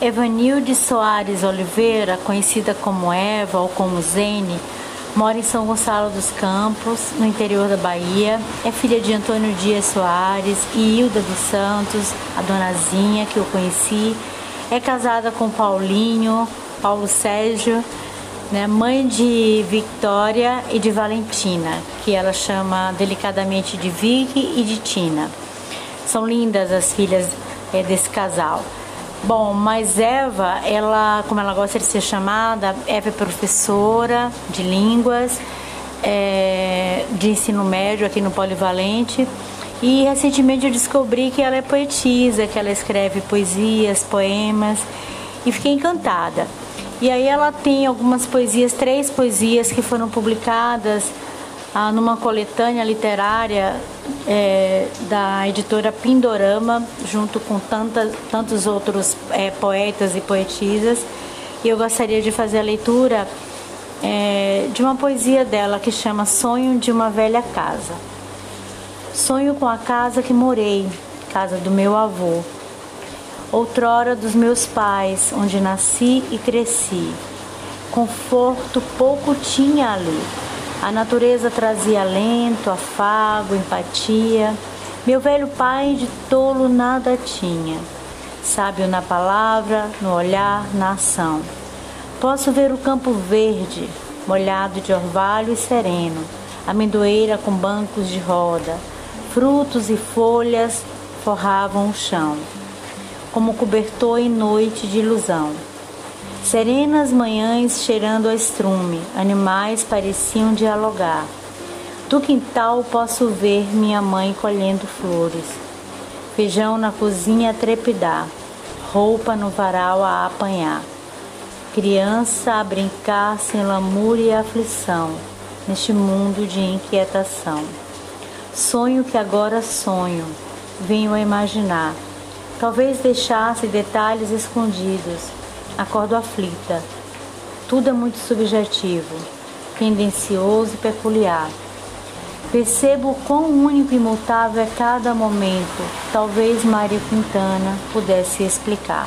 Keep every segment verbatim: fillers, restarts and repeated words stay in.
Evanilde Soares Oliveira, conhecida como Eva ou como Zene, mora em São Gonçalo dos Campos, no interior da Bahia. É filha de Antônio Dias Soares e Hilda dos Santos, a donazinha que eu conheci. É casada com Paulinho, Paulo Sérgio, né, mãe de Victória e de Valentina, que ela chama delicadamente de Vicky e de Tina. São lindas as filhas é, desse casal. Bom, mas Eva, ela, como ela gosta de ser chamada, Eva é professora de línguas, é, de ensino médio aqui no Polivalente. E recentemente eu descobri que ela é poetisa, que ela escreve poesias, poemas, e fiquei encantada. E aí ela tem algumas poesias, três poesias que foram publicadas ah, numa coletânea literária é, da editora Pindorama, junto com tantas, tantos outros é, poetas e poetisas. E eu gostaria de fazer a leitura é, de uma poesia dela que chama Sonho de uma Velha Casa. Sonho com a casa que morei, casa do meu avô, outrora dos meus pais, onde nasci e cresci. Conforto pouco tinha ali. A natureza trazia alento, afago, empatia. Meu velho pai de tolo nada tinha. Sábio na palavra, no olhar, na ação. Posso ver o campo verde, molhado de orvalho e sereno. Amendoeira com bancos de roda. Frutos e folhas forravam o chão, como cobertor em noite de ilusão. Serenas manhãs cheirando a estrume, animais pareciam dialogar. Do quintal posso ver minha mãe colhendo flores, feijão na cozinha a trepidar, roupa no varal a apanhar. Criança a brincar sem lamúria e aflição, neste mundo de inquietação. Sonho que agora sonho, venho a imaginar. Talvez deixasse detalhes escondidos. Acordo aflita. Tudo é muito subjetivo, tendencioso e peculiar. Percebo quão único e imutável é cada momento. Talvez Mário Quintana pudesse explicar.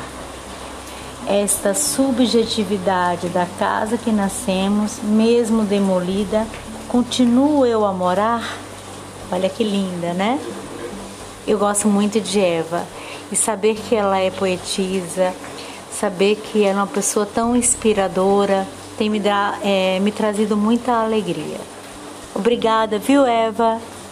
Esta subjetividade da casa que nascemos, mesmo demolida, continuo eu a morar? Olha que linda, né? Eu gosto muito de Eva. E saber que ela é poetisa, saber que ela é uma pessoa tão inspiradora, tem me, dá, é, me trazido muita alegria. Obrigada, viu, Eva?